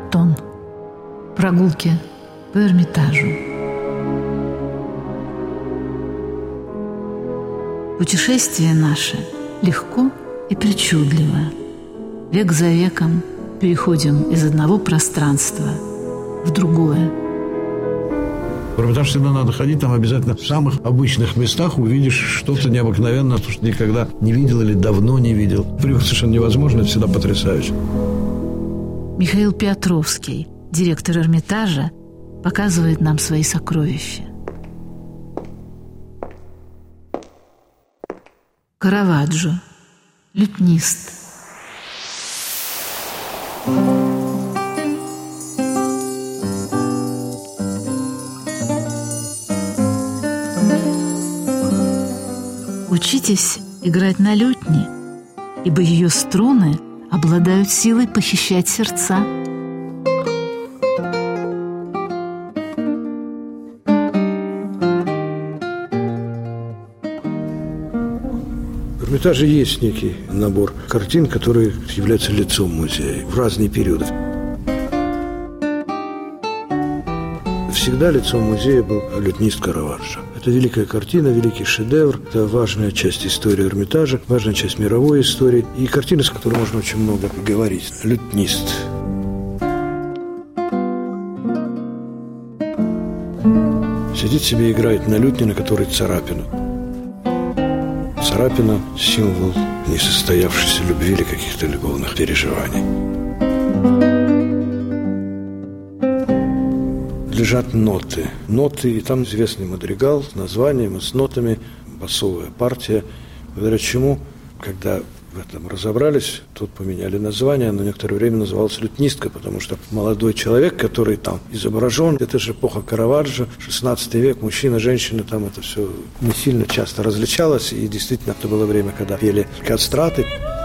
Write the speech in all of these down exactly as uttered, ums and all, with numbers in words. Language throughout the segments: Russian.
Антон. Прогулки по Эрмитажу. Путешествие наше легко и причудливо. Век за веком переходим из одного пространства в другое. В Эрмитаж всегда надо ходить, там обязательно в самых обычных местах увидишь что-то необыкновенное, то, что никогда не видел или давно не видел. Приехать совершенно невозможно, это всегда потрясающе. Михаил Петровский, директор Эрмитажа, показывает нам свои сокровища. Караваджо, лютнист. Учитесь играть на лютне, ибо ее струны обладают силой похищать сердца. В Эрмитаже есть некий набор картин, которые являются лицом музея в разные периоды. Всегда лицом музея был лютнист Караваджо. Это великая картина, великий шедевр. Это важная часть истории Эрмитажа, важная часть мировой истории. И картина, с которой можно очень много говорить. Лютнист. Сидит себе и играет на лютне, на которой царапина. Царапина – символ несостоявшейся любви или каких-то любовных переживаний. Лежат ноты. Ноты, и там известный мадригал с названием и с нотами, басовая партия, благодаря чему, когда в этом разобрались, тут поменяли название, но некоторое время назывался лютнисткой, потому что молодой человек, который там изображен, это же эпоха Караваджо, шестнадцатый век, мужчина, женщина, там это все не сильно часто различалось, и действительно это было время, когда пели кастраты.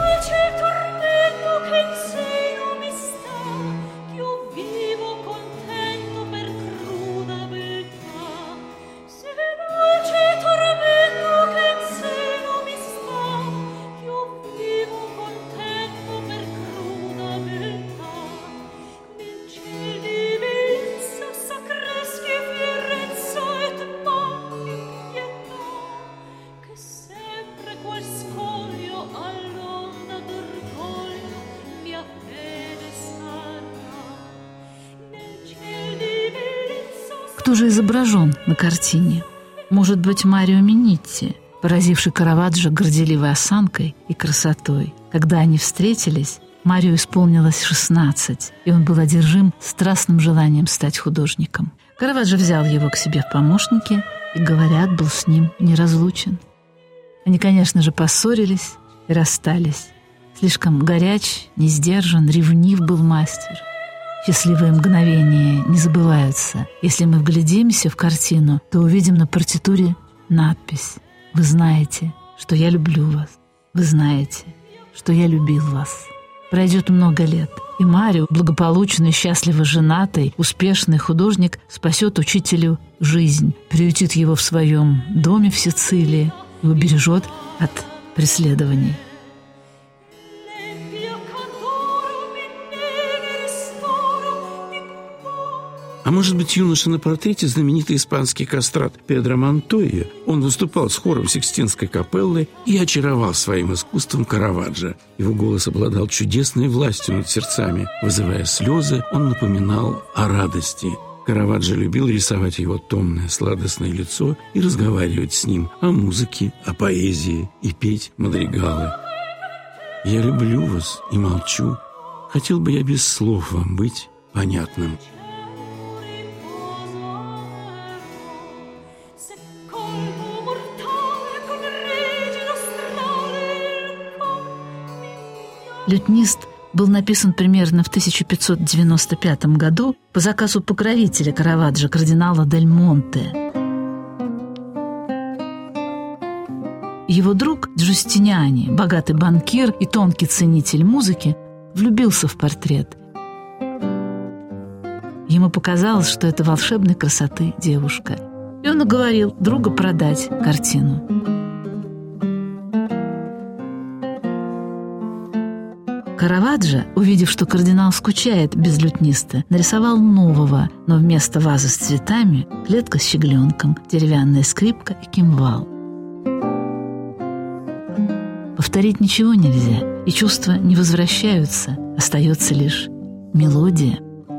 Кто же изображен на картине? Может быть, Марио Минитти, поразивший Караваджо горделивой осанкой и красотой. Когда они встретились, Марио исполнилось шестнадцать, и он был одержим страстным желанием стать художником. Караваджо взял его к себе в помощники и, говорят, был с ним неразлучен. Они, конечно же, поссорились и расстались. Слишком горяч, несдержан, ревнив был мастер. Счастливые мгновения не забываются. Если мы вглядимся в картину, то увидим на партитуре надпись: «Вы знаете, что я люблю вас. Вы знаете, что я любил вас». Пройдет много лет, и Марио, благополучный, счастливо женатый, успешный художник, спасет учителю жизнь, приютит его в своем доме в Сицилии и убережет от преследований. А может быть, юноша на портрете — знаменитый испанский кастрат Педро Монтойя? Он выступал с хором Сикстинской капеллы и очаровал своим искусством Караваджо. Его голос обладал чудесной властью над сердцами. Вызывая слезы, он напоминал о радости. Караваджо любил рисовать его томное сладостное лицо и разговаривать с ним о музыке, о поэзии и петь мадригалы. «Я люблю вас и молчу. Хотел бы я без слов вам быть понятным». «Лютнист» был написан примерно в тысяча пятьсот девяносто пятом году по заказу покровителя Караваджо, кардинала Дель Монте. Его друг Джустиниани, богатый банкир и тонкий ценитель музыки, влюбился в портрет. Ему показалось, что это волшебной красоты девушка, и он уговорил друга продать картину. Караваджо, увидев, что кардинал скучает без лютниста, нарисовал нового, но вместо вазы с цветами — клетка с щегленком, деревянная скрипка и кимвал. Повторить ничего нельзя, и чувства не возвращаются, остается лишь мелодия.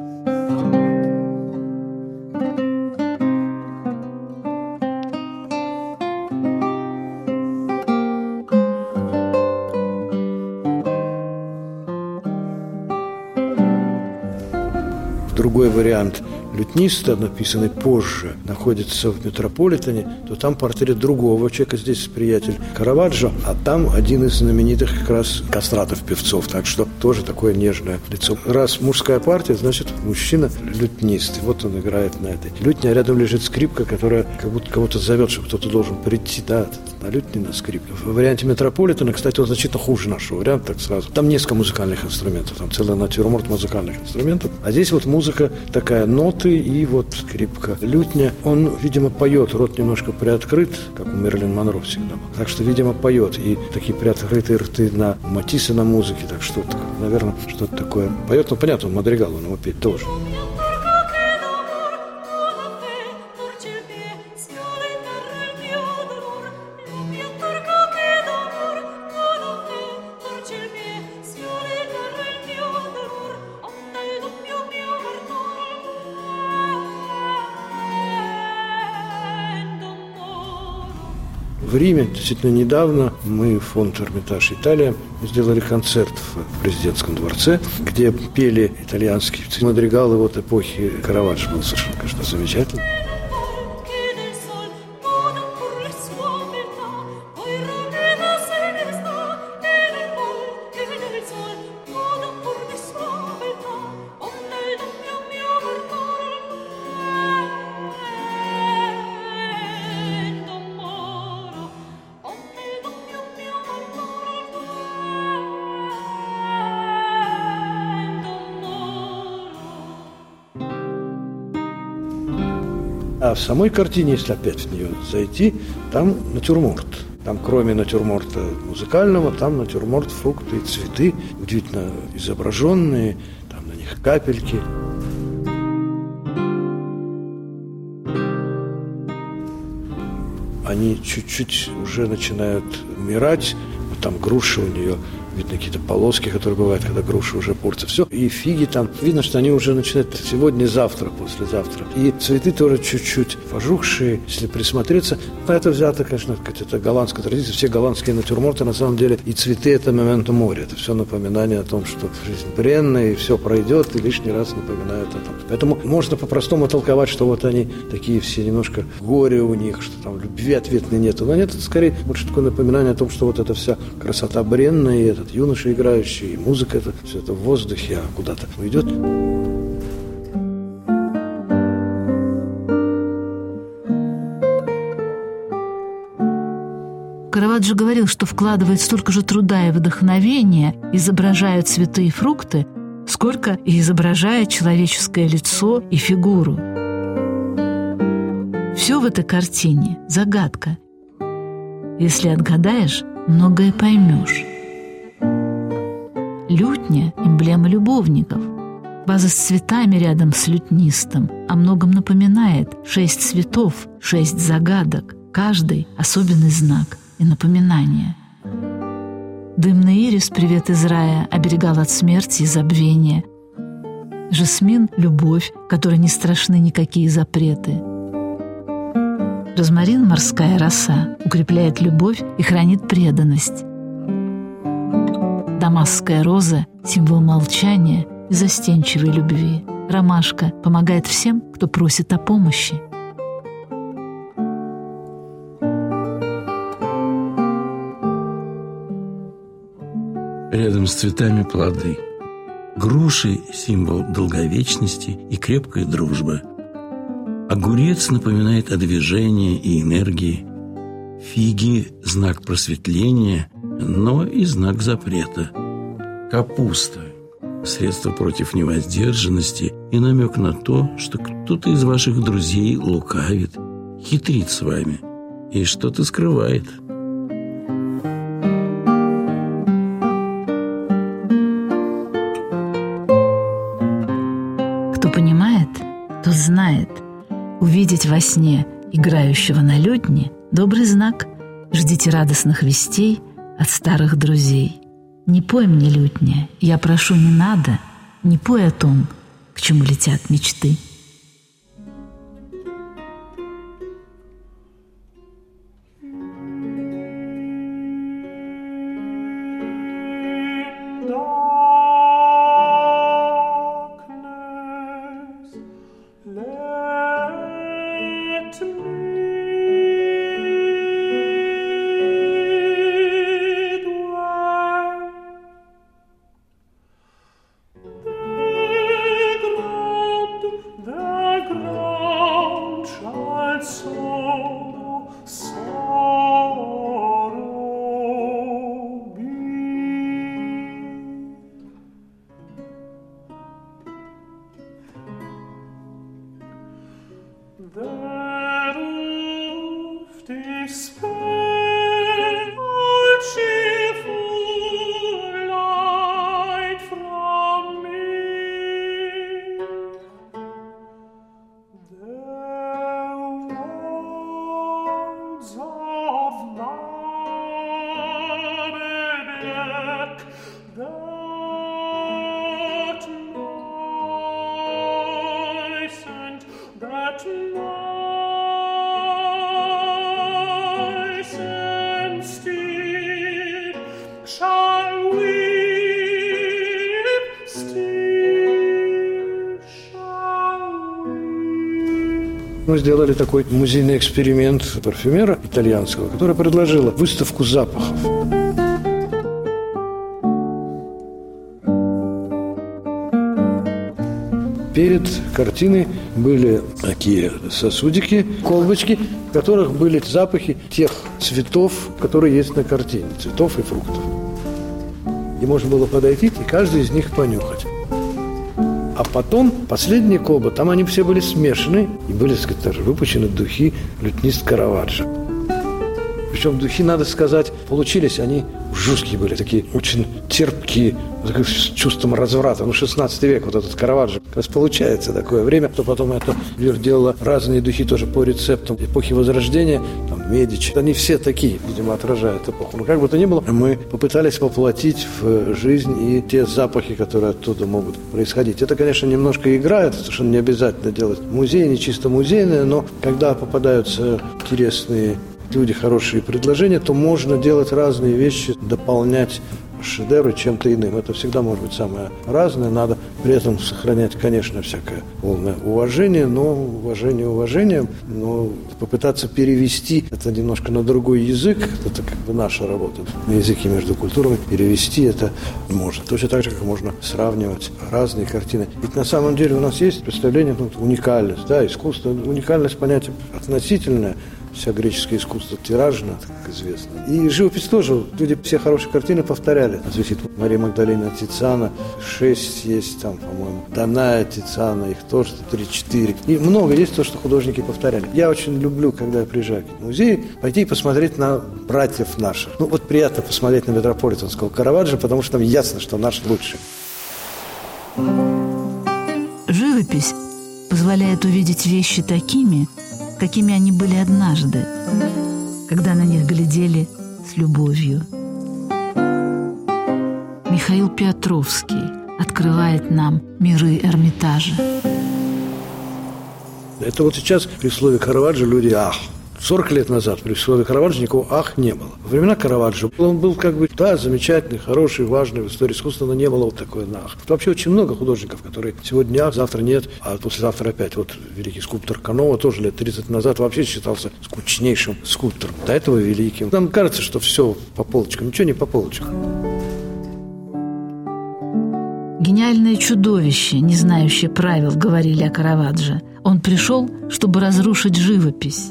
Другой вариант лютниста, написанный позже, находится в Метрополитене, то там портрет другого человека, здесь приятель Караваджо, а там один из знаменитых как раз кастратов-певцов, так что тоже такое нежное лицо. Раз мужская партия, значит мужчина лютнист. И вот он играет на этой лютне, а рядом лежит скрипка, которая как будто кого-то зовет, что кто-то должен прийти, да, на лютне, на скрипке. В варианте Метрополитена, кстати, он значительно хуже нашего варианта, так сразу. Там несколько музыкальных инструментов, там целый натюрморт музыкальных инструментов, а здесь вот музыка такая, ноты и вот скрипка. Лютня, он, видимо, поет, рот немножко приоткрыт, как у Мерлин Монро всегда был. Так что, видимо, поет. И такие приоткрытые рты на Матисса на музыке, так что, наверное, что-то такое поет. Ну, понятно, он мадригал, он его петь тоже. В Риме, действительно недавно, мы, фонд «Эрмитаж Италия», сделали концерт в президентском дворце, где пели итальянские мадригалы вот эпохи Караваджо. Было совершенно, конечно, замечательно. А в самой картине, если опять в нее зайти, там натюрморт. Там кроме натюрморта музыкального, там натюрморт, фрукты и цветы, удивительно изображенные, там на них капельки. Они чуть-чуть уже начинают умирать, вот там груша у нее, видно какие-то полоски, которые бывают, когда груша уже портится. Все. И фиги там. Видно, что они уже начинают сегодня, завтра, послезавтра. И цветы тоже чуть-чуть пожухшие, если присмотреться. Но это взято, конечно, это голландская традиция. Все голландские натюрморты, на самом деле, и цветы – это моменто моря. Это все напоминание о том, что жизнь бренная, и все пройдет, и лишний раз напоминают о том. Поэтому можно по-простому толковать, что вот они такие все немножко горе у них, что там любви ответной нету. Но нет, это скорее больше такое напоминание о том, что вот эта вся красота бренная, и этот юноша играющий, и музыка, это все это в воздухе, а куда-то уйдет. Караваджо говорил, что вкладывает столько же труда и вдохновения, изображая цветы и фрукты, сколько и изображая человеческое лицо и фигуру. Все в этой картине – загадка. Если отгадаешь, многое поймешь. Лютня – эмблема любовников. Ваза с цветами рядом с лютнистом о многом напоминает. Шесть цветов, шесть загадок. Каждый – особенный знак и напоминание. Дымный ирис, привет из рая, оберегал от смерти и забвения. Жасмин – любовь, которой не страшны никакие запреты. Розмарин – морская роса, укрепляет любовь и хранит преданность. Дамасская роза – символ молчания и застенчивой любви. Ромашка помогает всем, кто просит о помощи. Рядом с цветами плоды. Груши – символ долговечности и крепкой дружбы. Огурец напоминает о движении и энергии. Фиги – знак просветления, но и знак запрета. Капуста – средство против невоздержанности и намек на то, что кто-то из ваших друзей лукавит, хитрит с вами и что-то скрывает. Кто понимает, тот знает. Увидеть во сне играющего на лютне — добрый знак. Ждите радостных вестей от старых друзей. Не пой мне, лютня, я прошу, не надо. Не пой о том, к чему летят мечты. Мы сделали такой музейный эксперимент парфюмера итальянского, который предложил выставку запахов. Перед картиной были такие сосудики, колбочки, в которых были запахи тех цветов, которые есть на картине, цветов и фруктов. И можно было подойти и каждый из них понюхать. А потом, последние колбы, там они все были смешаны, и были, так сказать, даже выпущены духи лютнист Караваджо. Причем духи, надо сказать, получились, они жесткие были, такие очень терпкие, с чувством разврата. Ну, шестнадцатый век, вот этот Караваджо. Как раз получается такое время, то потом это Вир делала разные духи тоже по рецептам эпохи Возрождения, там, Медичи. Они все такие, видимо, отражают эпоху. Но как бы то ни было, мы попытались воплотить в жизнь и те запахи, которые оттуда могут происходить. Это, конечно, немножко игра, это совершенно не обязательно делать музей, не чисто музейное, но когда попадаются интересные люди, хорошие предложения, то можно делать разные вещи, дополнять шедевры чем-то иным. Это всегда может быть самое разное. Надо при этом сохранять, конечно, всякое полное уважение, но уважение уважением, но попытаться перевести это немножко на другой язык, это как бы наша работа. На языке между культурами перевести это можно. Точно так же, как можно сравнивать разные картины. Ведь на самом деле у нас есть представление, ну, уникальность, да, искусство. Уникальность понятие относительное. Вся греческое искусство тиражно, как известно. И живопись тоже. Люди все хорошие картины повторяли. Висит Мария Магдалина Тициана. Шесть есть там, по-моему. Даная Тициана. Их тоже три-четыре. И много есть то, что художники повторяли. Я очень люблю, когда я приезжаю в музей, пойти и посмотреть на братьев наших. Ну, вот приятно посмотреть на Метрополитенского Караваджо, потому что там ясно, что наш лучше. Живопись позволяет увидеть вещи такими, какими они были однажды, когда на них глядели с любовью. Михаил Петровский открывает нам миры Эрмитажа. Это вот сейчас при слове Караваджо люди «ах». сорок лет назад при слове Караваджо никакого «ах» не было. Во времена Караваджо он был как бы, да, замечательный, хороший, важный в истории искусства, но не было вот такой «ах». Вообще очень много художников, которые сегодня «ах», завтра нет, а послезавтра опять. Вот великий скульптор Канова тоже лет тридцать назад вообще считался скучнейшим скульптором. До этого великим. Нам кажется, что все по полочкам. Ничего не по полочкам. Гениальное чудовище, не знающее правил, говорили о Караваджо. Он пришел, чтобы разрушить живопись.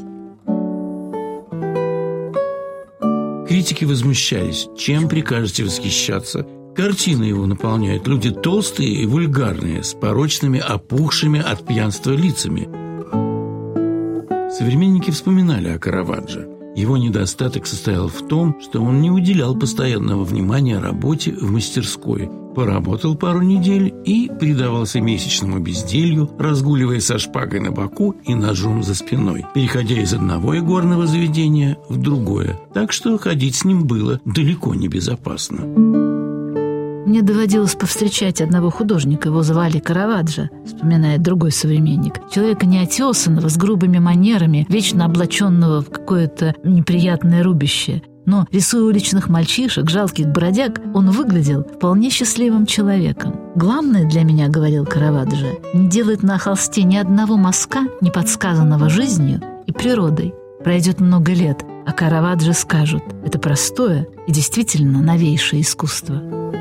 Критики возмущались. Чем прикажете восхищаться? Картины его наполняют люди толстые и вульгарные, с порочными, опухшими от пьянства лицами. Современники вспоминали о Караваджо. Его недостаток состоял в том, что он не уделял постоянного внимания работе в мастерской. Поработал пару недель и предавался месячному безделью, разгуливая со шпагой на боку и ножом за спиной, переходя из одного игорного заведения в другое. Так что ходить с ним было далеко не безопасно. Мне доводилось повстречать одного художника, его звали Караваджо, вспоминает другой современник. Человека неотесанного, с грубыми манерами, вечно облаченного в какое-то неприятное рубище. Но, рисуя уличных мальчишек, жалких бродяг, он выглядел вполне счастливым человеком. «Главное для меня, — говорил Караваджо, — не делать на холсте ни одного мазка, не подсказанного жизнью и природой. Пройдет много лет, а Караваджо скажут: это простое и действительно новейшее искусство».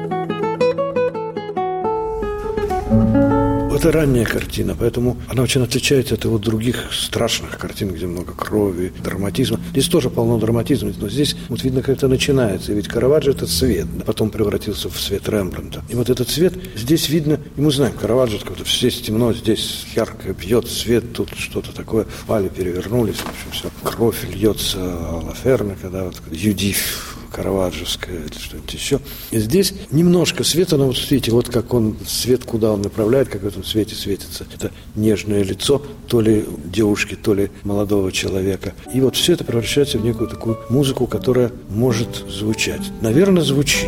Это ранняя картина, поэтому она очень отличается от его других страшных картин, где много крови, драматизма. Здесь тоже полно драматизма, но здесь вот видно, как это начинается. И ведь Караваджо – это цвет, потом превратился в цвет Рембрандта. И вот этот цвет, здесь видно, и мы знаем, Караваджо, здесь темно, здесь ярко бьет свет, тут что-то такое, пали перевернулись, в общем, все. Кровь льется а-ла Ферме, когда вот Юдиф караваджевская или что-нибудь еще. И здесь немножко света, но вот видите, вот как он, свет, куда он направляет, как в этом свете светится. Это нежное лицо то ли девушки, то ли молодого человека. И вот все это превращается в некую такую музыку, которая может звучать. Наверное, звучит.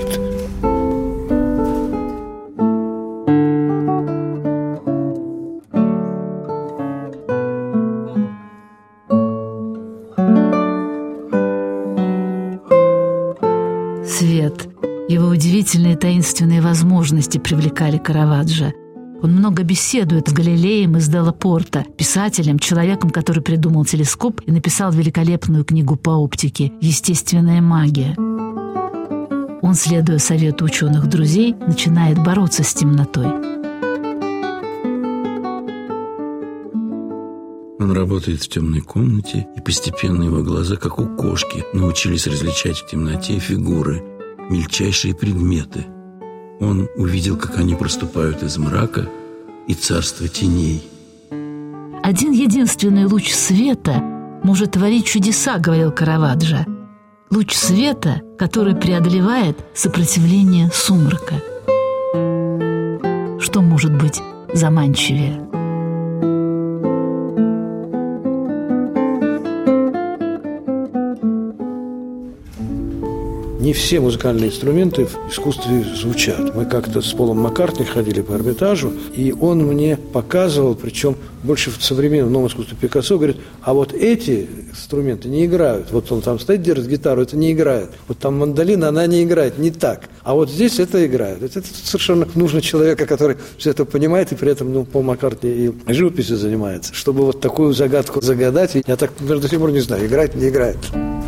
Свет, его удивительные таинственные возможности привлекали Караваджо. Он много беседует с Галилеем из Делла Порта, писателем, человеком, который придумал телескоп и написал великолепную книгу по оптике «Естественная магия». Он, следуя совету ученых-друзей, начинает бороться с темнотой. Он работает в темной комнате, и постепенно его глаза, как у кошки, научились различать в темноте фигуры, мельчайшие предметы. Он увидел, как они проступают из мрака и царства теней. «Один единственный луч света может творить чудеса», — говорил Караваджо. «Луч света, который преодолевает сопротивление сумрака». Что может быть заманчивее? Не все музыкальные инструменты в искусстве звучат. Мы как-то с Полом Маккартни ходили по Эрмитажу, и он мне показывал, причем больше в современном новом искусстве Пикассо, говорит, а вот эти инструменты не играют. Вот он там стоит, держит гитару, это не играет. Вот там мандолина, она не играет, не так. А вот здесь это играет. Это, это совершенно нужно человека, который все это понимает, и при этом, ну, Пол Маккартни и живописью занимается, чтобы вот такую загадку загадать. Я так, например, до сих пор не знаю, играет, не играет.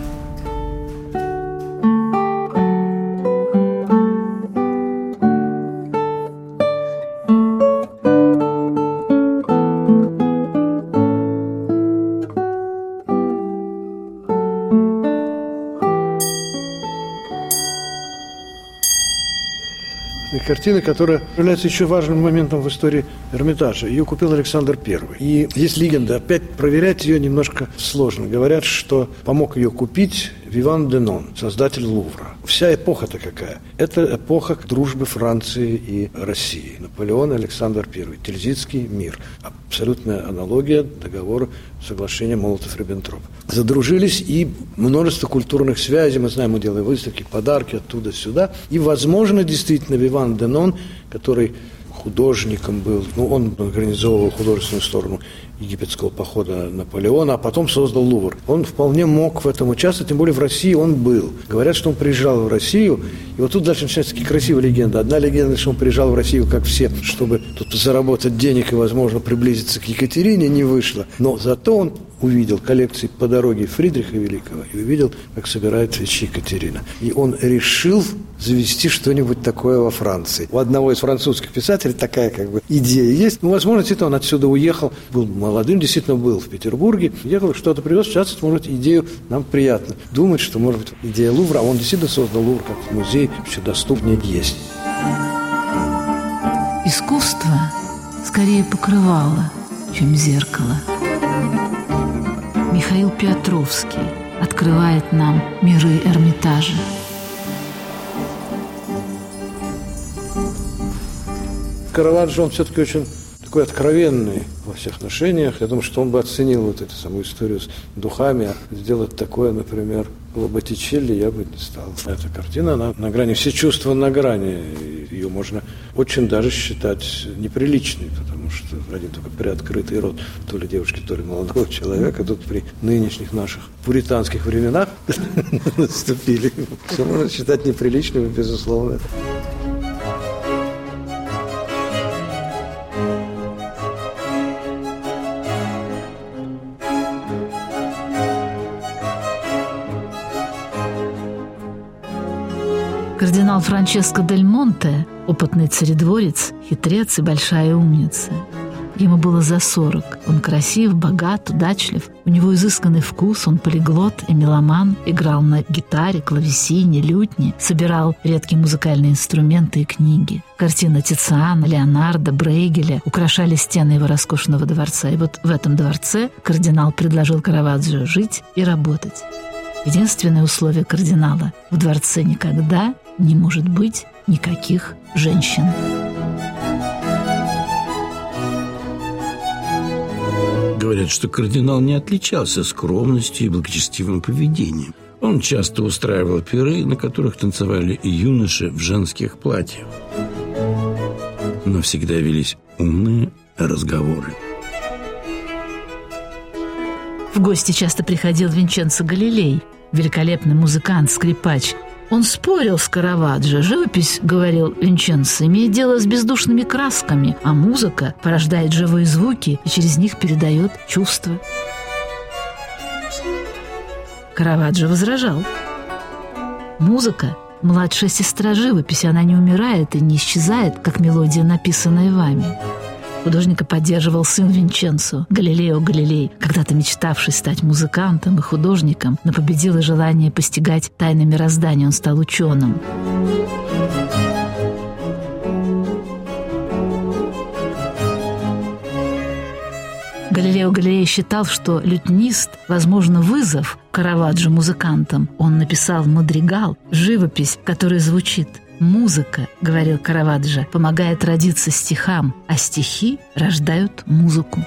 Картина, которая является еще важным моментом в истории Эрмитажа. Ее купил Александр Первый. И есть легенда. Опять проверять ее немножко сложно. Говорят, что помог ее купить Виван де Нон, создатель Лувра. Вся эпоха-то какая? Это эпоха дружбы Франции и России. Наполеон и Александр Первый. Тильзитский мир. Абсолютная аналогия договора соглашения Молотов-Риббентроп. Задружились, и множество культурных связей. Мы знаем, мы делаем выставки, подарки оттуда-сюда. И, возможно, действительно, Виван де Нон, который художником был, ну, он организовывал художественную сторону египетского похода Наполеона, а потом создал Лувр. Он вполне мог в этом участвовать, тем более в России он был. Говорят, что он приезжал в Россию, и вот тут дальше начинаются такие красивые легенды. Одна легенда, что он приезжал в Россию, как все, чтобы тут заработать денег и, возможно, приблизиться к Екатерине, не вышло. Но зато он увидел коллекции по дороге Фридриха Великого и увидел, как собирает вещи Екатерина. И он решил завести что-нибудь такое во Франции. У одного из французских писателей такая как бы идея есть. Ну, возможно, действительно, он отсюда уехал, был молодым, действительно был в Петербурге, уехал, что-то привез. Сейчас, может, идею нам приятно думать, что, может быть, идея Лувра, а он действительно создал Лувр как музей, еще доступнее есть. Искусство скорее покрывало, чем зеркало. Михаил Петровский. открывает нам миры Эрмитажа. Караваджо, он все-таки очень такой откровенный во всех отношениях. Я думаю, что он бы оценил вот эту самую историю с духами. А сделать такое, например, Боттичелли я бы не стал. Эта картина, она на грани, все чувства на грани. Ее можно очень даже считать неприличной, потому что один только приоткрытый рот то ли девушки, то ли молодого человека тут при нынешних наших пуританских временах наступили. Все можно считать неприличным, безусловно. Кардинал Франческо дель Монте, опытный царедворец, хитрец и большая умница. Ему было за сорок. Он красив, богат, удачлив. У него изысканный вкус, он полиглот и меломан. Играл на гитаре, клавесине, лютне. Собирал редкие музыкальные инструменты и книги. Картины Тициана, Леонардо, Брейгеля украшали стены его роскошного дворца. И вот в этом дворце кардинал предложил Караваджо жить и работать. Единственное условие кардинала – в дворце никогда не может быть никаких женщин. Говорят, что кардинал не отличался скромностью и благочестивым поведением. Он часто устраивал пиры, на которых танцевали и юноши в женских платьях. Но всегда велись умные разговоры. В гости часто приходил Винченцо Галилей, великолепный музыкант, скрипач. Он спорил с Караваджо. Живопись, говорил Винченцо, имеет дело с бездушными красками, а музыка порождает живые звуки и через них передает чувства. Караваджо возражал. Музыка – младшая сестра живописи, она не умирает и не исчезает, как мелодия, написанная вами. Художника поддерживал сын Винченцо, Галилео Галилей, когда-то мечтавший стать музыкантом и художником, но победило желание постигать тайны мироздания, он стал ученым. Галилео Галилей считал, что лютнист, возможно, вызов Караваджо музыкантам. Он написал мадригал, живопись, которая звучит. «Музыка, — говорил Караваджо, — помогает родиться стихам, а стихи рождают музыку».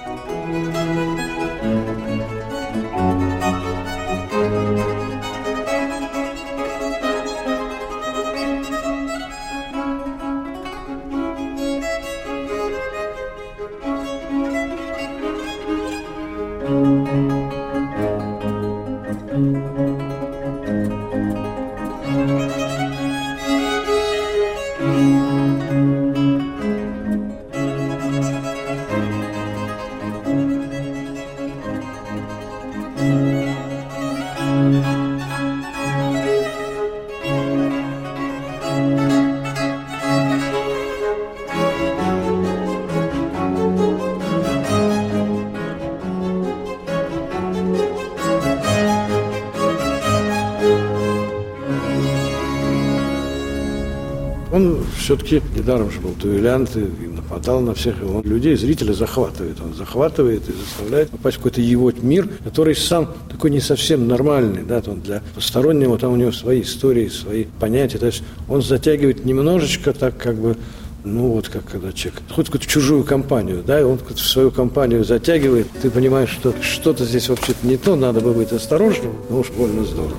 Он все-таки недаром же был дуэлянт и нападал на всех. Он людей, зрителя захватывает. Он захватывает и заставляет попасть в какой-то его мир, который сам такой не совсем нормальный. Да? Он для постороннего, там у него свои истории, свои понятия. То есть он затягивает немножечко так, как бы, ну вот как когда человек ходит в какую-то чужую компанию, да, и он в свою компанию затягивает. Ты понимаешь, что что-то здесь вообще-то не то, надо бы быть осторожным, но уж больно здорово.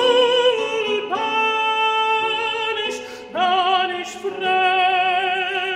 Friend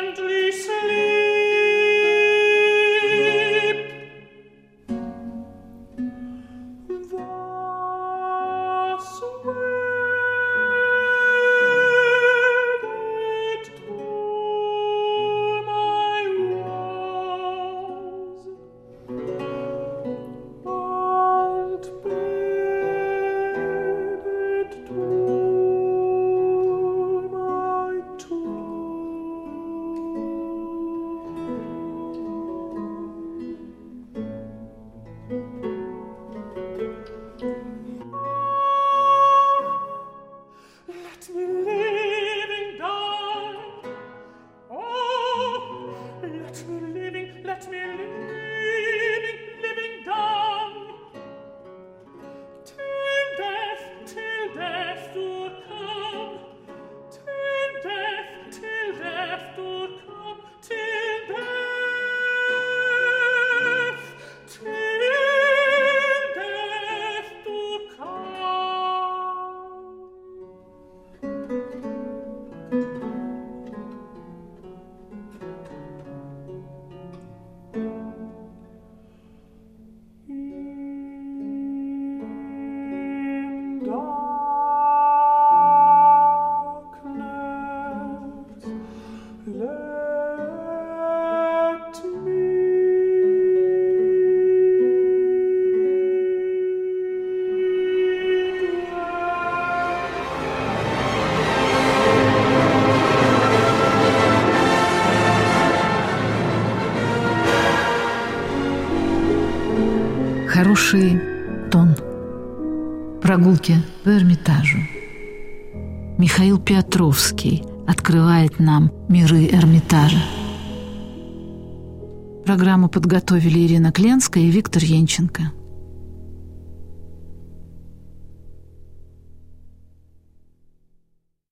хороший тон. Прогулки по Эрмитажу. Михаил Петровский открывает нам миры Эрмитажа. Программу подготовили Ирина Кленская и Виктор Янченко.